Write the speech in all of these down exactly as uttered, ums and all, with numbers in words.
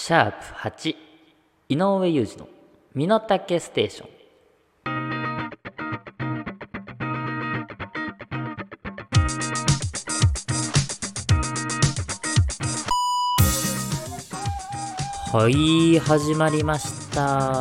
シャープはち井上裕二の身の丈ステーション。はい、始まりました。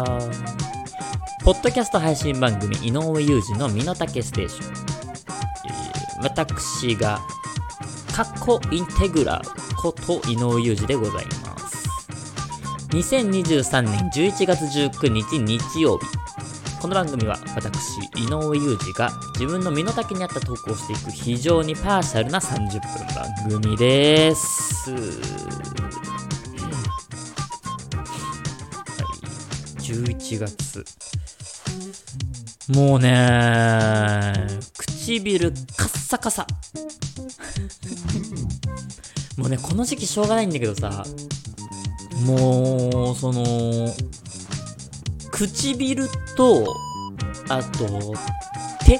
ポッドキャスト配信番組井上裕二の身の丈ステーション、えー、私が過去インテグラーこと井上裕二でございます。にせんにじゅうさんねんじゅういちがつじゅうくにち日曜日、この番組は私井上裕二が自分の身の丈に合った投稿をしていく非常にパーシャルなさんじゅっぷん番組です。じゅういちがつ、もうね唇カッサカサもうねこの時期しょうがないんだけどさ、もうその唇とあと手、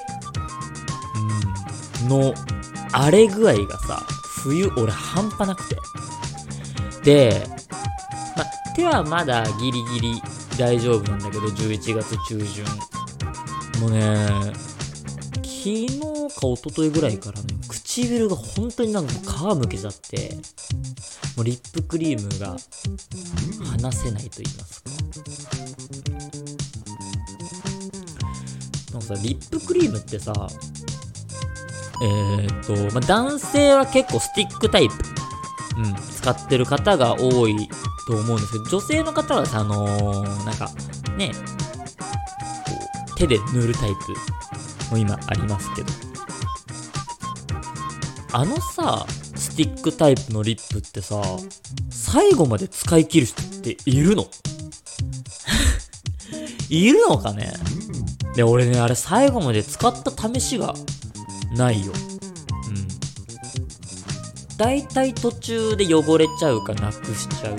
うん、の荒れ具合がさ、冬俺半端なくて、で、ま、手はまだギリギリ大丈夫なんだけど、じゅういちがつちゅうじゅん、もうね昨日か一昨日ぐらいからね、唇が本当になんか皮むけちゃって、もうリップクリームが離せないと言いますか、なんかさ、リップクリームってさ、えーっと、まあ、男性は結構スティックタイプ、うん、使ってる方が多いと思うんですけど、女性の方はさ、あのー、なんかね、こう手で塗るタイプも今ありますけど、あのさスティックタイプのリップってさ、最後まで使い切る人っているのいるのかね。で、俺ね、あれ最後まで使った試しがないよ。うん。だいたい途中で汚れちゃうかなくしちゃう。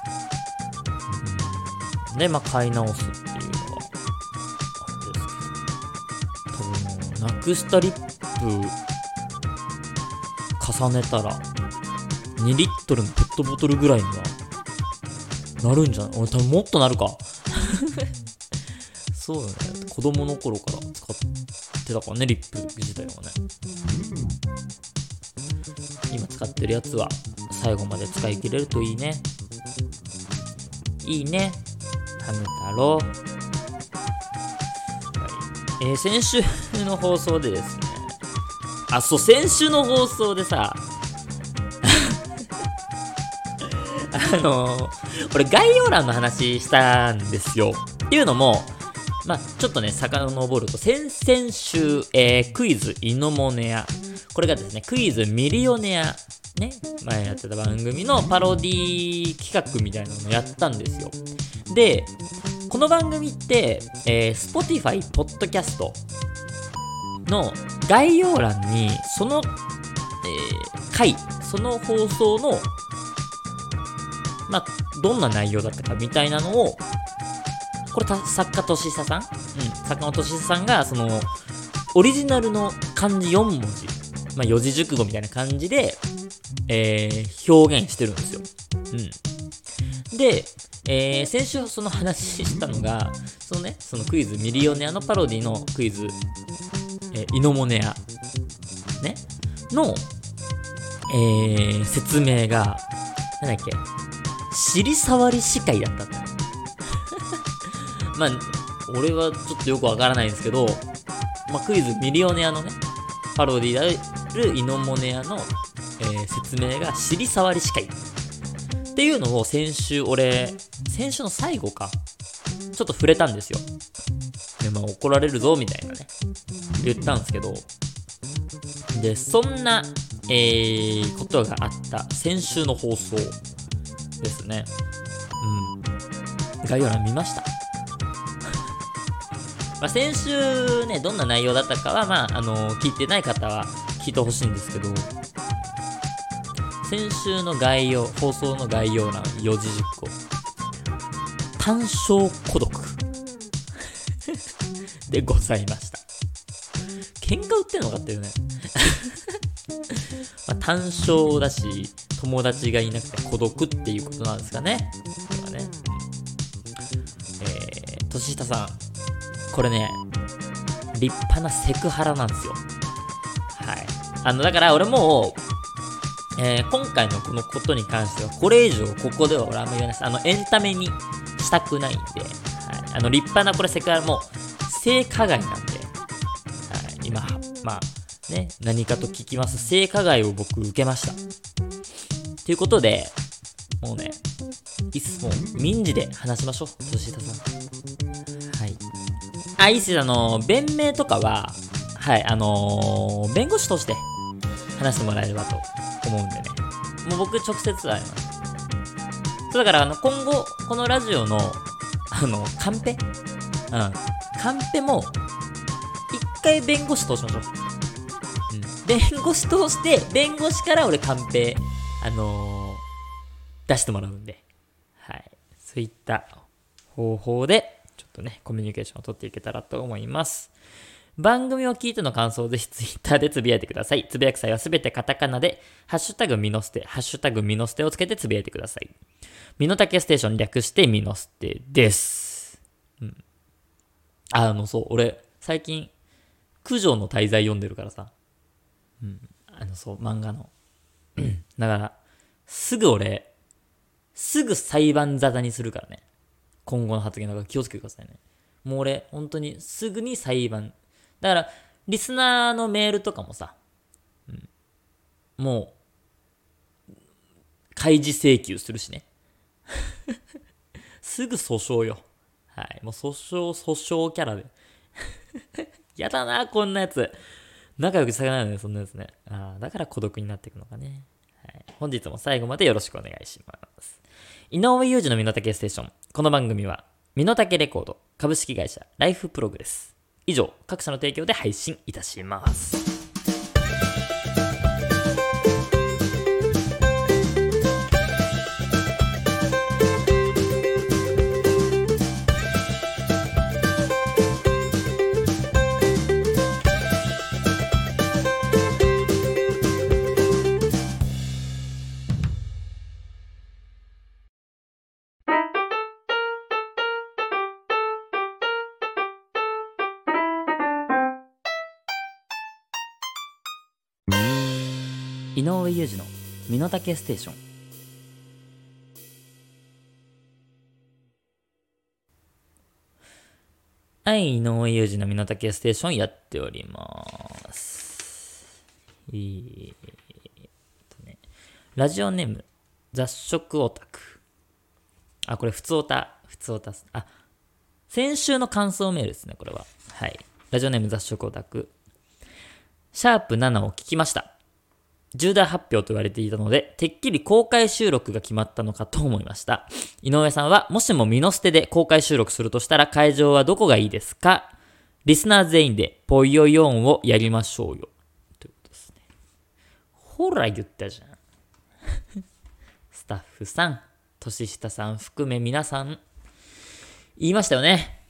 うん、で、まあ、買い直すっていうのはあれですけど、多分なくしたリップ重ねたらにリットルのペットボトルぐらいにはなるんじゃない？俺多分もっとなるかそうだね、子供の頃から使ってたからね、リップ自体はね。今使ってるやつは最後まで使い切れるといいね。いいね、ハム太郎。はい、えー、先週の放送でですね、あ、そう、先週の放送でさあのー、俺概要欄の話したんですよ。っていうのも、まあちょっとね、遡ると、先々週、えー、クイズイノモネア、これがですね、クイズミリオネア、ね、前やってた番組のパロディ企画みたいなのをやったんですよ。で、この番組って、えー、Spotify Podcastの概要欄にその、えー、回、その放送のまあどんな内容だったかみたいなのを、これた作家としささん、うん、作家のとしささんがそのオリジナルの漢字よんもじ、まあ四字熟語みたいな感じで、えー、表現してるんですよ。うん。で、えー、先週その話したのが、そのね、そのクイズミリオネアのパロディのクイズ、えー、イノモネアねの、えー、説明がなんだっけ、尻触り司会だったんだまあ俺はちょっとよくわからないんですけど、まあ、クイズミリオネアのねパロディであるイノモネアの、えー、説明が尻触り司会っていうのを先週俺先週の最後かちょっと触れたんですよ。で、まあ怒られるぞみたいなね言ったんですけど、でそんな、えー、ことがあった先週の放送ですね。うん。概要欄見ましたまあ先週ね、どんな内容だったかは、まあ、あのー、聞いてない方は聞いてほしいんですけど、先週の概要、放送の概要欄、四字熟語。単勝孤独でございました。喧嘩売ってんのかっていうね。まあ、単勝だし、友達がいなくて孤独っていうことなんですかね。 年下さん。これね、立派なセクハラなんですよ。はい。あの、だから俺もう、えー、今回のこのことに関しては、これ以上ここでは俺あんま言わないです。あの、エンタメにしたくないんで、はい。あの、立派なこれセクハラも、性加害なんで、はい。今、まあ、ね、何かと聞きます。性加害を僕受けました。ということで、もうね、いっそもう民事で話しましょう、年下さん。はい。あ、いいっす。あの、弁明とかは、はい、あのー、弁護士として話してもらえればと思うんでね。もう僕直接会います。そうだから、あの、今後、このラジオの、あの、カンペうん。カンペも、一回弁護士通しましょう。うん。弁護士通して、弁護士から俺カンペ、あのー、出してもらうんで。はい。そういった方法で、ちょっとね、コミュニケーションを取っていけたらと思います。番組を聞いての感想をぜひツイッターでつぶやいてください。つぶやく際はすべてカタカナで、ハッシュタグミノステ、ハッシュタグミノステをつけてつぶやいてください。ミノタケステーション略してミノステです。うん。あの、そう、俺、最近、九条の大罪読んでるからさ。うん。あの、そう、漫画の。だから、すぐ俺、すぐ裁判沙汰にするからね。今後の発言だから気をつけてくださいね。もう俺、本当にすぐに裁判。だから、リスナーのメールとかもさ、うん、もう、開示請求するしね。すぐ訴訟よ。はい。もう訴訟、訴訟キャラで。やだな、こんなやつ。仲良くしたくないよね、そんなやつね。ああ、だから孤独になっていくのかね。はい。本日も最後までよろしくお願いします。井上裕二の身の丈ステーション。この番組は、身の丈レコード、株式会社、ライフプログレス。以上、各社の提供で配信いたします。井上裕二の身の丈ステーション。はい、井上裕二の身の丈ステーションやっております。えーっとね、ラジオネーム雑食オタク。あ、これ普通オタ、普通オタす。あ、先週の感想メールですね、これは。はい。ラジオネーム雑食オタク。シャープななを聞きました。重大発表と言われていたので、てっきり公開収録が決まったのかと思いました。井上さんは、もしもミノステで公開収録するとしたら会場はどこがいいですか？リスナー全員でポイヨヨンをやりましょうよ。ということですね。ほら言ったじゃん。スタッフさん、年下さん含め皆さん、言いましたよね。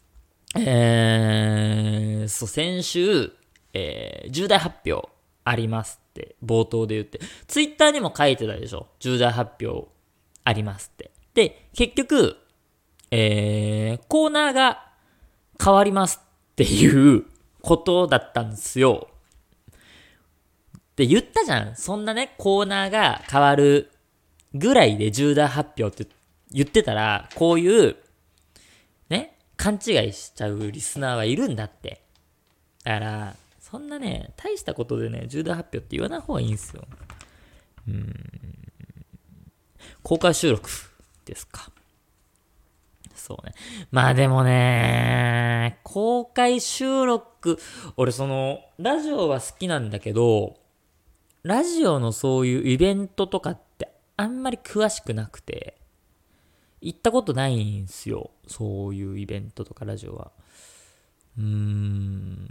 えー、そう、先週、えー、重大発表ありますって冒頭で言って、ツイッターにも書いてたでしょ。重大発表ありますって。で、結局、えー、コーナーが変わりますっていうことだったんですよ。で、言ったじゃん。そんなね、コーナーが変わるぐらいで重大発表って言ってたら、こういう、ね、勘違いしちゃうリスナーはいるんだって。だから、そんなね、大したことでね、重大発表って言わない方がいいんですよ。うーん。公開収録ですか。そうね。まあでもね、公開収録、俺その、ラジオは好きなんだけど、ラジオのそういうイベントとかってあんまり詳しくなくて、行ったことないんすよ。そういうイベントとかラジオは。うーん。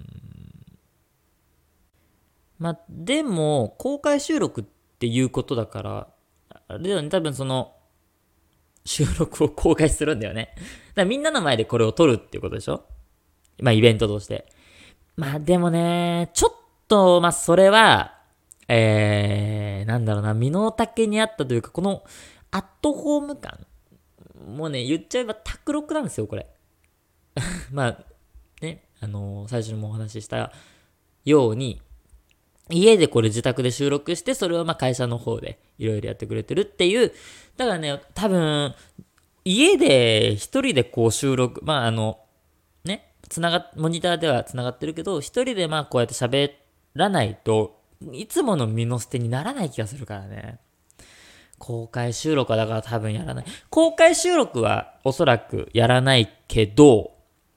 まあ、でも、公開収録っていうことだから、あれだよね、多分その、収録を公開するんだよね。だからみんなの前でこれを撮るっていうことでしょ？まあ、イベントとして。まあ、でもね、ちょっと、まあ、それは、えー、なんだろうな、身の丈にあったというか、この、アットホーム感。もうね、言っちゃえば卓録なんですよ、これ。 まあ、ね、あのー最初にもお話ししたように、家でこれ自宅で収録して、それをまあ会社の方でいろいろやってくれてるっていう、だからね、多分、家で一人でこう収録、まああの、ね、つなが、モニターではつながってるけど、一人でまあこうやって喋らないと、いつもの身の捨てにならない気がするからね。公開収録はだから多分やらない。公開収録はおそらくやらないけど、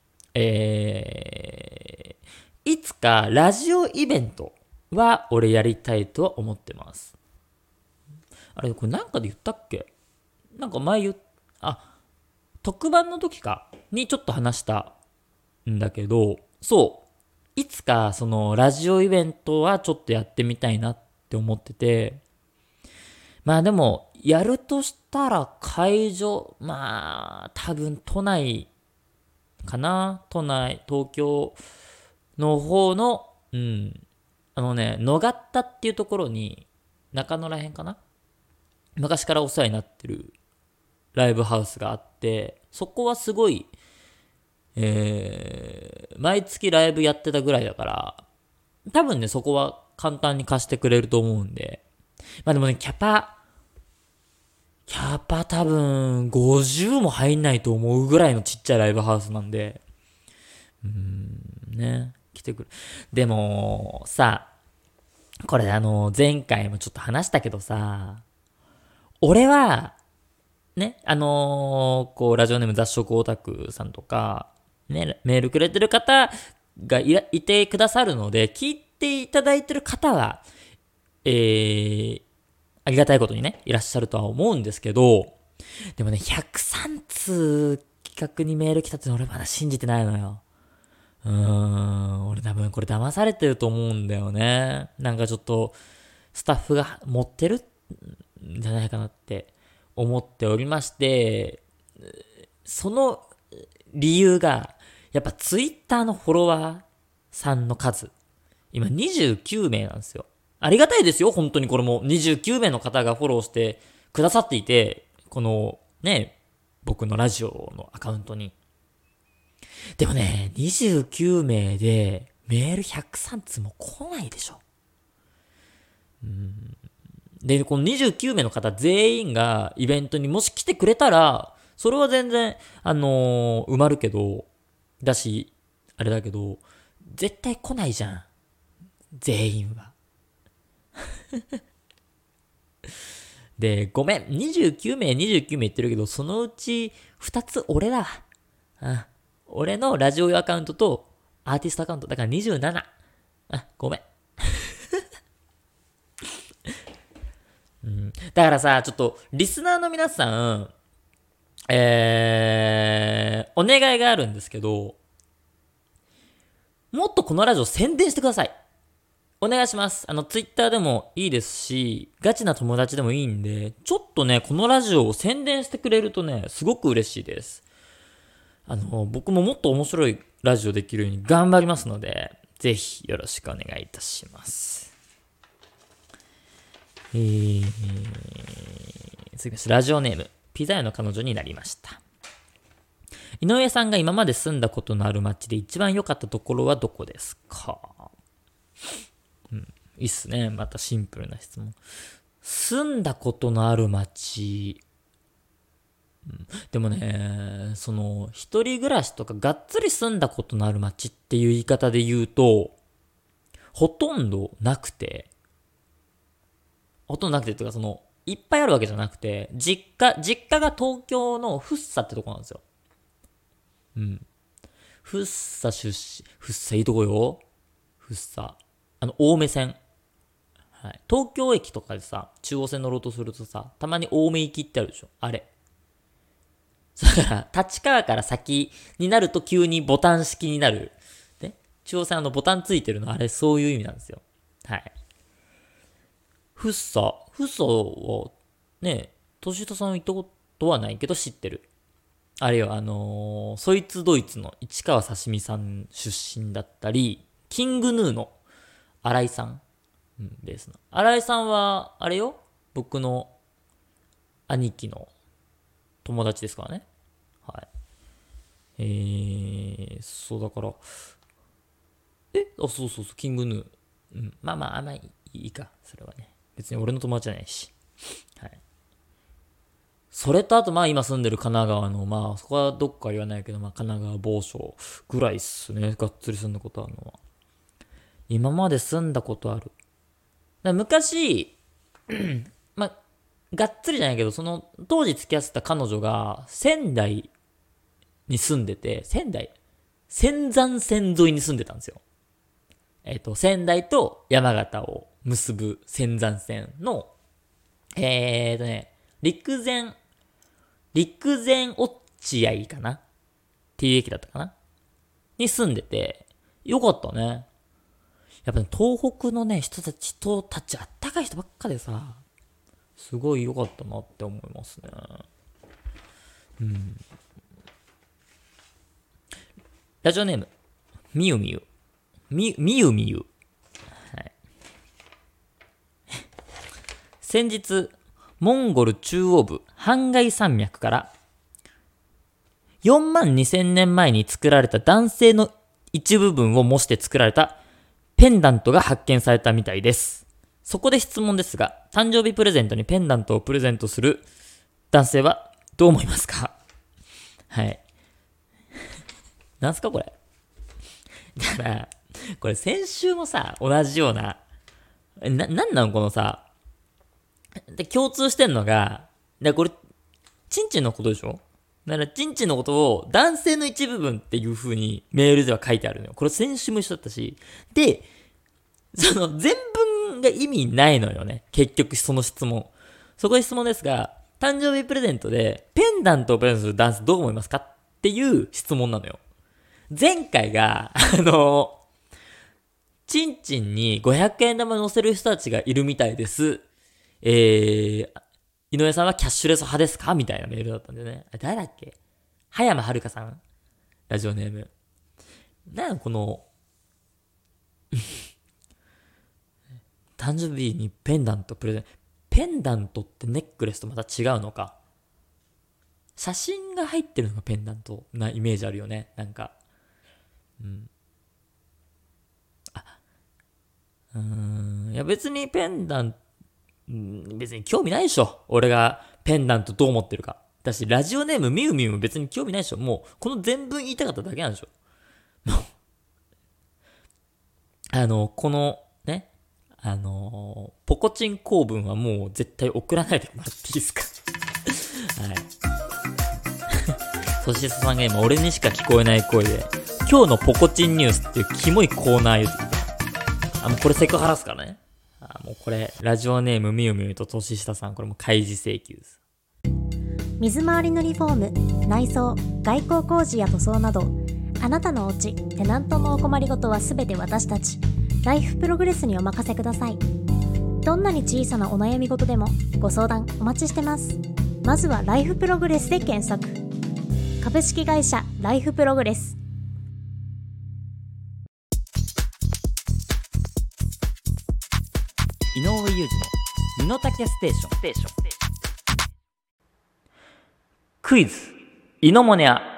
えー、いつかラジオイベントは俺やりたいとは思ってます。あれ、これなんかで言ったっけ？なんか前言っ、あ、特番の時かにちょっと話したんだけど、そう、いつかそのラジオイベントはちょっとやってみたいなって思ってて、まあでも、やるとしたら会場、まあ、多分都内かな、都内、東京の方の、うん、あのね、野方っていうところに、中野らへんかな、昔からお世話になってるライブハウスがあって、そこはすごい、えー、毎月ライブやってたぐらいだから、多分ね、そこは簡単に貸してくれると思うんで。まあでもね、キャパ、キャパ多分ごじゅうも入んないと思うぐらいのちっちゃいライブハウスなんで、うーん、ね、来てくる。でも、さ、これあの、前回もちょっと話したけどさ、俺は、ね、あのーこう、ラジオネーム雑食オタクさんとか、ね、メールくれてる方がいらいてくださるので、聞いていただいてる方は、えー、ありがたいことにね、いらっしゃるとは思うんですけど、でもね、ひゃくさん通企画にメール来たって俺まだ信じてないのよ。うーん、俺多分これ騙されてると思うんだよね。なんかちょっと、スタッフが持ってるんじゃないかなって思っておりまして、その理由が、やっぱツイッターのフォロワーさんの数、今にじゅうきゅうめいなんですよ。ありがたいですよ、本当にこれも。にじゅうきゅうめいの方がフォローしてくださっていて、このね、僕のラジオのアカウントに。でもね、にじゅうきゅうめいでメールひゃくさん通も来ないでしょ。うん。で、このにじゅうきゅうめいの方全員がイベントにもし来てくれたら、それは全然、あのー埋まるけど、だし、あれだけど、絶対来ないじゃん。全員は。で、ごめん。にじゅうきゅうめい、にじゅうきゅうめい言ってるけど、そのうちふたつ俺だわ。あ、俺のラジオアカウントとアーティストアカウント。だからにじゅうなな。あ、ごめん。うん。だからさ、ちょっと、リスナーの皆さん、えー、お願いがあるんですけど、もっとこのラジオ宣伝してください。お願いします。あの、ツイッターでもいいですし、ガチな友達でもいいんで、ちょっとね、このラジオを宣伝してくれるとね、すごく嬉しいです。あの、僕ももっと面白いラジオできるように頑張りますので、ぜひよろしくお願いいたします。えー、次です。ラジオネーム、ピザ屋の彼女になりました。井上さんが今まで住んだことのある街で一番良かったところはどこですか？うん、いいっすね。またシンプルな質問。住んだことのある街。うん、でもね、その、一人暮らしとかがっつり住んだことのある街っていう言い方で言うと、ほとんどなくて、ほとんどなくてっていうかその、いっぱいあるわけじゃなくて、実家、実家が東京の福生ってとこなんですよ。うん。福生出身、福生いいとこよ。福生。あの、青梅線。はい。東京駅とかでさ、中央線乗ろうとするとさ、たまに青梅行きってあるでしょ。あれ。だから、立川から先になると急にボタン式になる。ね。中央線あのボタンついてるの、あれそういう意味なんですよ。はい。福生。福生は、ね、年下さん行ったことはないけど知ってる。あれよ、あのー、そいつドイツの市川刺身さん出身だったり、キングヌーの新井さん、うん、ベースの。新井さんは、あれよ、僕の兄貴の友達ですからね。はい。 えー、そうだから、えあ、そうそうそう、キングヌー。うん、まあまあ、あんまりいいか、それはね。別に俺の友達じゃないし。はい。それとあと、まあ今住んでる神奈川の、まあそこはどっか言わないけど、まあ神奈川某所ぐらいっすね。がっつり住んだことあるのは。今まで住んだことある。だ昔、まあ、がっつりじゃないけど、その当時付き合ってた彼女が仙台に住んでて、仙台仙山線沿いに住んでたんですよ。えっ、と、仙台と山形を結ぶ仙山線の、えーとね、陸前、陸前落合かなっていう駅だったかなに住んでて、よかったね。やっぱね、東北のね、人たち、人たちあったかい人ばっかでさ、すごい良かったなって思いますね。うん。ラジオネーム、みゆみゆ。み、みゆみゆ。はい。先日、モンゴル中央部、半外山脈から、よんまんにせんねんまえに作られた男性の一部分を模して作られたペンダントが発見されたみたいです。そこで質問ですが、誕生日プレゼントにペンダントをプレゼントする男性はどう思いますか？はい。なんすかこれ。だから、これ先週もさ、同じような、な、なんなのこのさ、で、共通してんのが、で、これ、チンチンのことでしょ？だから、チンチンのことを男性の一部分っていう風にメールでは書いてあるのよ。これ先週も一緒だったし。で、その全文が意味ないのよね。結局その質問。そこで質問ですが、誕生日プレゼントでペンダントをプレゼントする男性どう思いますかっていう質問なのよ。前回が、あの、チンチンにごひゃくえん玉乗せる人たちがいるみたいです。えー、井上さんはキャッシュレス派ですかみたいなメールだったんだよね。あ、誰だっけ？葉山はるかさん？ラジオネーム。なんかこの、誕生日にペンダントプレゼント。ペンダントってネックレスとまた違うのか。写真が入ってるのがペンダントなイメージあるよね。なんか。うん。あ、うーん。いや別にペンダント、別に興味ないでしょ。俺がペンダントどう思ってるか。だし、ラジオネームみゆみゆも別に興味ないでしょ。もう、この全文言いたかっただけなんでしょ。もう、あの、この、ね、あのー、ポコチン公文はもう絶対送らないでもらっていいですか？はい。そしてささんが今俺にしか聞こえない声で、今日のポコチンニュースっていうキモいコーナー言ってた。あ、もうこれセクハラっすからね。あ、もうこれ、ラジオネームみゆみゆと年下さん、これも開示請求です。 水回りのリフォーム、内装、外構工事や塗装など、あなたのお家、テナントのお困りごとはすべて私たち、ライフプログレスにお任せください。どんなに小さなお悩みごとでもご相談お待ちしてます。まずはライフプログレスで検索。株式会社ライフプログレス。 井上裕二の身の丈ステーション。ステーションクイズ、イノモネア。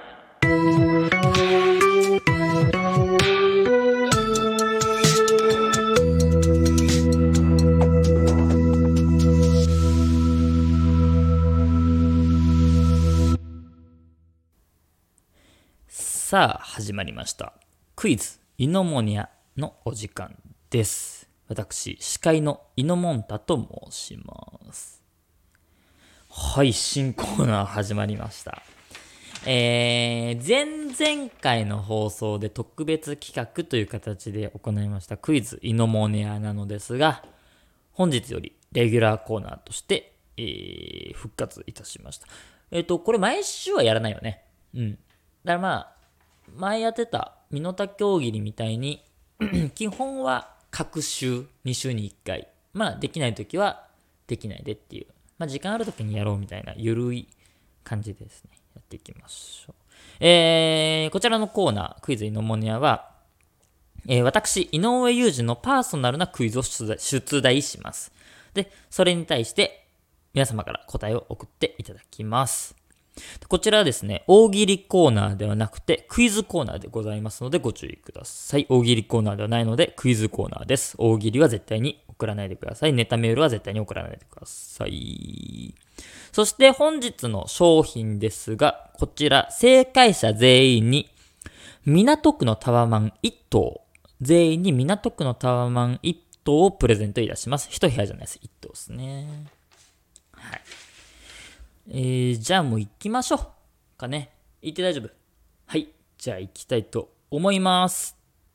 さあ、始まりました。クイズ、イノモネアのお時間です。私、司会のイノモンタと申します。はい、新コーナー始まりました。えー、前々回の放送で特別企画という形で行いましたクイズイノモネアなのですが、本日よりレギュラーコーナーとして、えー、復活いたしました。えっと、これ毎週はやらないよね。うん。だからまあ、前やってた身の丈大喜利みたいに、基本は各週、に週にいっかい。まあ、できないときはできないでっていう。まあ、時間あるときにやろうみたいな、ゆるい感じですね。やっていきましょう。えー、こちらのコーナー、クイズイノモネアは、えー、私、井上裕二のパーソナルなクイズを出題、出題します。で、それに対して、皆様から答えを送っていただきます。 こちらはですね、大喜利コーナーではなくてクイズコーナーでございますのでご注意ください。大喜利コーナーではないのでクイズコーナーです。大喜利は絶対に送らないでください。ネタメールは絶対に送らないでください。そして本日の商品ですが、こちら正解者全員に港区のタワマンいっ棟、全員に港区のタワマンいっ棟をプレゼントいたします。一部屋じゃないです。いっ棟ですね。はい。えー、じゃあもう行きましょうかね。行って大丈夫？はい。じゃあ行きたいと思います。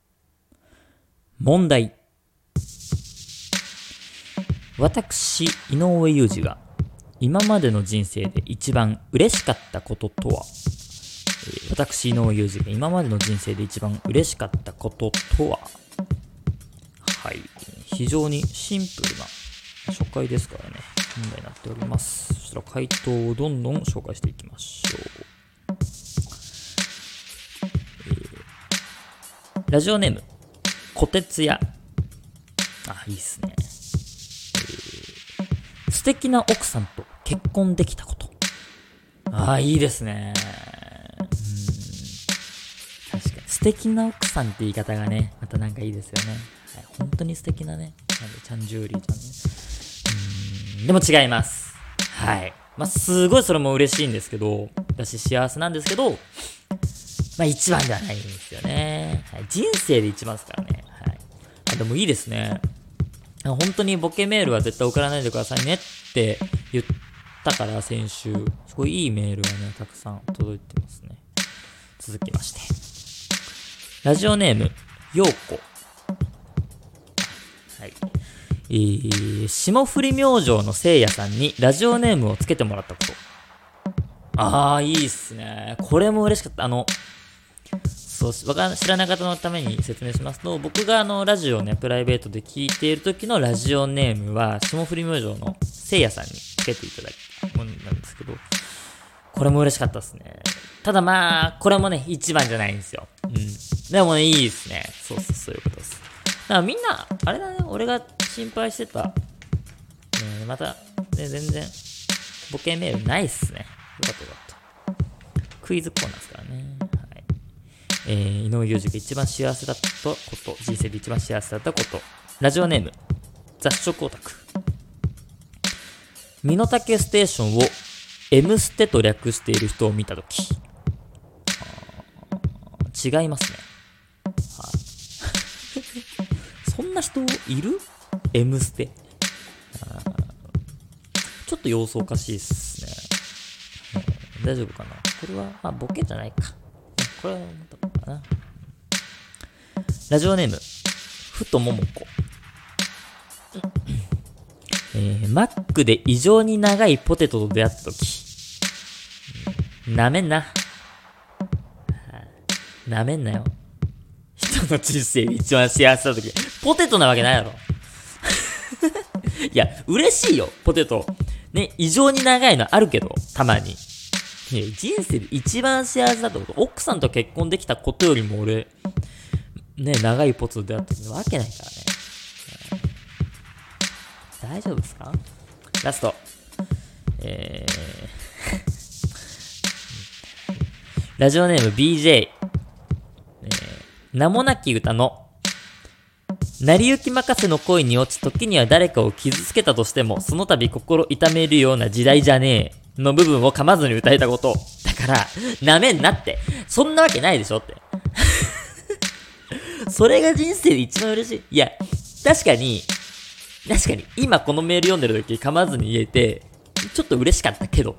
問題。私、井上裕二が今までの人生で一番嬉しかったこととは、えー、私、井上裕二が今までの人生で一番嬉しかったこととは、はい。非常にシンプルな初回ですからね。問題になっております。そしたら回答をどんどん紹介していきましょう。えー、ラジオネーム、こてつや。あ、いいっすね。えー、素敵な奥さんと結婚できたこと。あ、いいですね。うん、確かに。素敵な奥さんって言い方がね、またなんかいいですよね。はい、本当に素敵なね。なんで、チャンジューリーちゃんね。でも違います。はい。まあ、すごいそれも嬉しいんですけど、私幸せなんですけど、まあ、一番ではないんですよね。はい、人生で一番ですからね。はい。あ、でもいいですね。本当にボケメールは絶対送らないでくださいねって言ったから、先週。すごいいいメールがね、たくさん届いてますね。続きまして。ラジオネーム、ようこ。はい。えー、霜降り明星のせいやさんにラジオネームをつけてもらったこと。あー、いいっすね。これも嬉しかった。あの、そう、わかん、知らない方のために説明しますと、僕があの、ラジオをね、プライベートで聞いている時のラジオネームは、霜降り明星のせいやさんにつけていただいたものなんですけど、これも嬉しかったですね。ただまあ、これもね、一番じゃないんですよ。うん。でもね、いいですね。そうそう、そういうことです。だからみんな、あれだね、俺が心配してた、ね、また、ね、全然、ボケメールないっすね。よかったよかった。クイズコーナーですからね。はい。えー、井上裕二が一番幸せだったこと、人生で一番幸せだったこと。ラジオネーム、雑食オタク。身の丈ステーションを M ステと略している人を見たとき、違いますね。はい。そんな人いる？ M ステ。ちょっと様子おかしいっすね。大丈夫かな？これは、まあ、ボケじゃないか。これは、どうかな。ラジオネーム、ふとももこ。えー、マックで異常に長いポテトと出会ったとき、なめんな。なめんなよ。人の人生で一番幸せなとき、ポテトなわけないだろ。いや、嬉しいよ、ポテト。ね、異常に長いのあるけど、たまに。いや、人生で一番幸せだってこと、奥さんと結婚できたことよりも俺、ね、長いポテトであったわけないからね。大丈夫ですか？ラスト。えー、ラジオネーム ビージェー。えー、名もなき歌の成り行き任せの恋に落ち、時には誰かを傷つけたとしても、その度心痛めるような時代じゃねえの部分を噛まずに歌えたこと。だから、なめんなって。そんなわけないでしょって。それが人生で一番嬉しい。いや、確かに、確かに、今このメール読んでる時噛まずに言えて、ちょっと嬉しかったけど。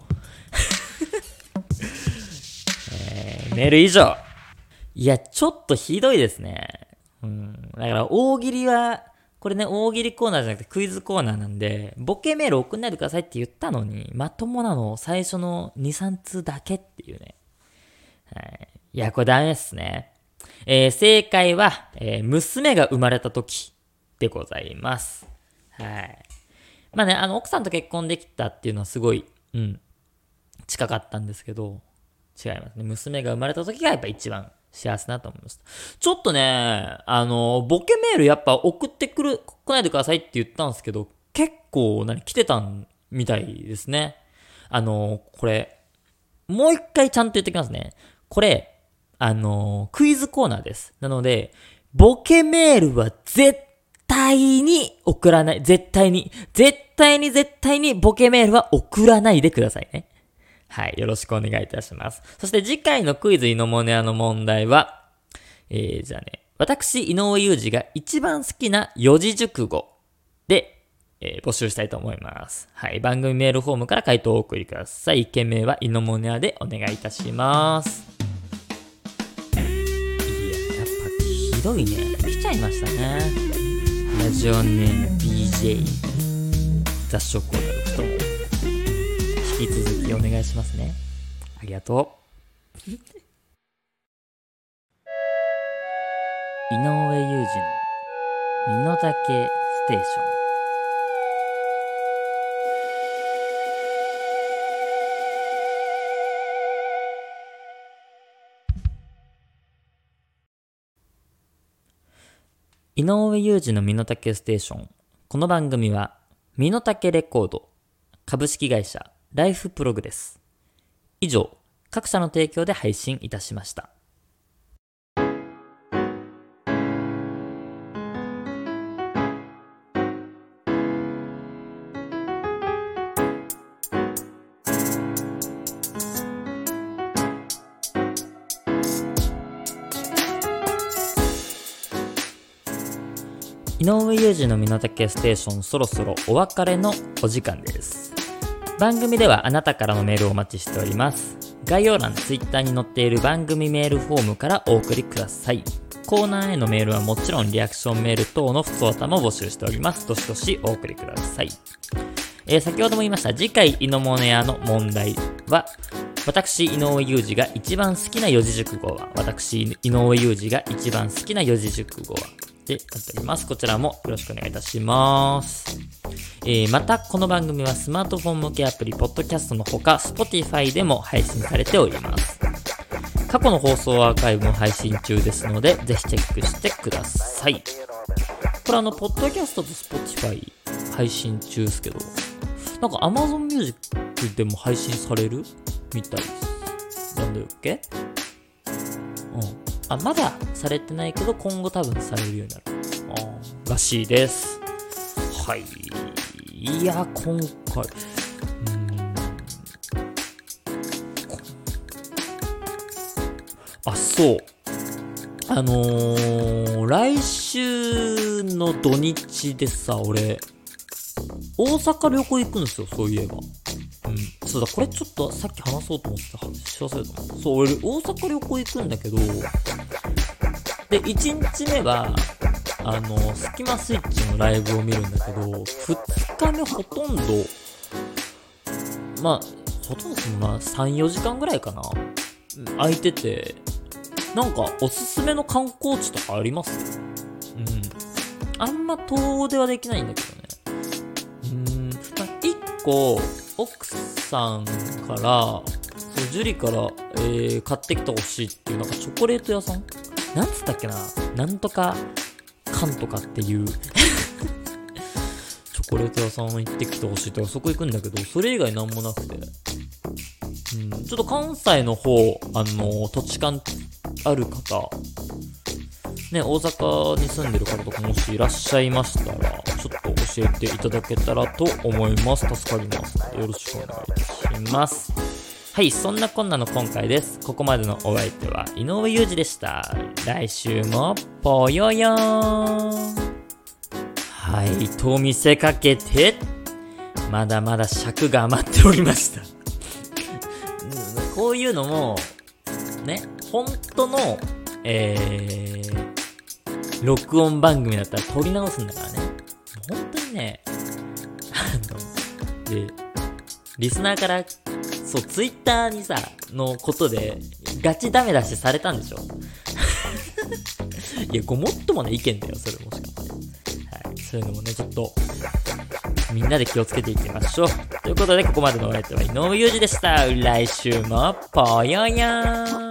えー、メール以上。いや、ちょっとひどいですね。うん。だから大喜利は、これね、大喜利コーナーじゃなくてクイズコーナーなんで、ボケメール送んないでくださいって言ったのに、まともなの最初のに、さん通だけっていうね。はい。いや、これダメですね。えー、正解は、えー、娘が生まれた時でございます。はい。まあね、あの、奥さんと結婚できたっていうのはすごい、うん、近かったんですけど、違いますね。娘が生まれた時がやっぱ一番幸せだと思います。ちょっとね、あの、ボケメールやっぱ送ってくる、来ないでくださいって言ったんですけど、結構、何、来てたみたいですね。あの、これ、 もう一回ちゃんと言ってきますね。これ、あのー、クイズコーナーです。なので、ボケメールは絶対に送らない。絶対に。絶対に絶対にボケメールは送らないでくださいね。はい。よろしくお願いいたします。そして次回のクイズイノモネアの問題は、えー、じゃあね、私、井上裕二が一番好きな四字熟語で、えー、募集したいと思います。はい。番組メールフォームから回答をお送りください。件名はイノモネアでお願いいたします。いや、やっぱひどいね。来ちゃいましたね。ラジオネーム ディージェー 雑食をなる人も引き続きお願いしますね。ありがとう。井上裕二の身の丈ステーション。井上裕二の身の丈ステーション。この番組は身の丈レコード株式会社ライフプログレス以上各社の提供で配信いたしました。井上裕二の身の丈ステーション、そろそろお別れのお時間です。番組ではあなたからのメールをお待ちしております。概要欄、ツイッターに載っている番組メールフォームからお送りください。コーナーへのメールはもちろんリアクションメール等の普通歌も募集しております。どしどしお送りください。えー、先ほども言いました次回イノモネアの問題は、私井上裕二が一番好きな四字熟語は、私井上裕二が一番好きな四字熟語はでなっております。こちらもよろしくお願いいたします。えー、またこの番組はスマートフォン向けアプリポッドキャストのほか Spotify でも配信されております。過去の放送アーカイブも配信中ですので、ぜひチェックしてください。これあのポッドキャストと Spotify 配信中ですけど、なんか Amazon Music でも配信されるみたいです。なんだよっけ？うん。あ、まだされてないけど今後多分されるようになるあらしいです。はい。いや今回うーんあそうあのー、来週の土日でさ、俺大阪旅行行くんですよ。そういえばうん、そうだ、これちょっとさっき話そうと思ってた話し忘れたな。そう、俺大阪旅行行くんだけど、でいちにちめはあのスキマスイッチのライブを見るんだけど、ふつかめほとんどまあほとんどそのまあ さん,よ 時間ぐらいかな空いてて、なんかおすすめの観光地とかあります？うん、あんま遠出はできないんだけどね。うーん、まあ、いっこ奥さんから、そう、ジュリから、えー、買ってきてほしいっていう、なんかチョコレート屋さんなんつったっけな、なんとか、かんとかっていう、チョコレート屋さん行ってきてほしいって、そこ行くんだけど、それ以外なんもなくて。うん、ちょっと関西の方、あの、土地勘ある方、ね、大阪に住んでる方とかもしいらっしゃいましたら、ちょっと教えていただけたらと思います。助かります。よろしくお願いします。はい、そんなこんなの今回です。ここまでのお相手は井上裕二でした。来週もぽよよーん。はい、と見せかけて、まだまだ尺が余っておりました。こういうのも、ね、本当の、えー、録音番組だったら撮り直すんだからね。本当にね、あの、で、リスナーから、そう、ツイッターにさ、のことで、ガチダメ出しされたんでしょいや、ごもっともな意見だよ、それもしかして。はい。そういうのもね、ちょっと、みんなで気をつけていきましょう。ということで、ここまでのお相手は井上裕二でした。来週も、ぽよよーん。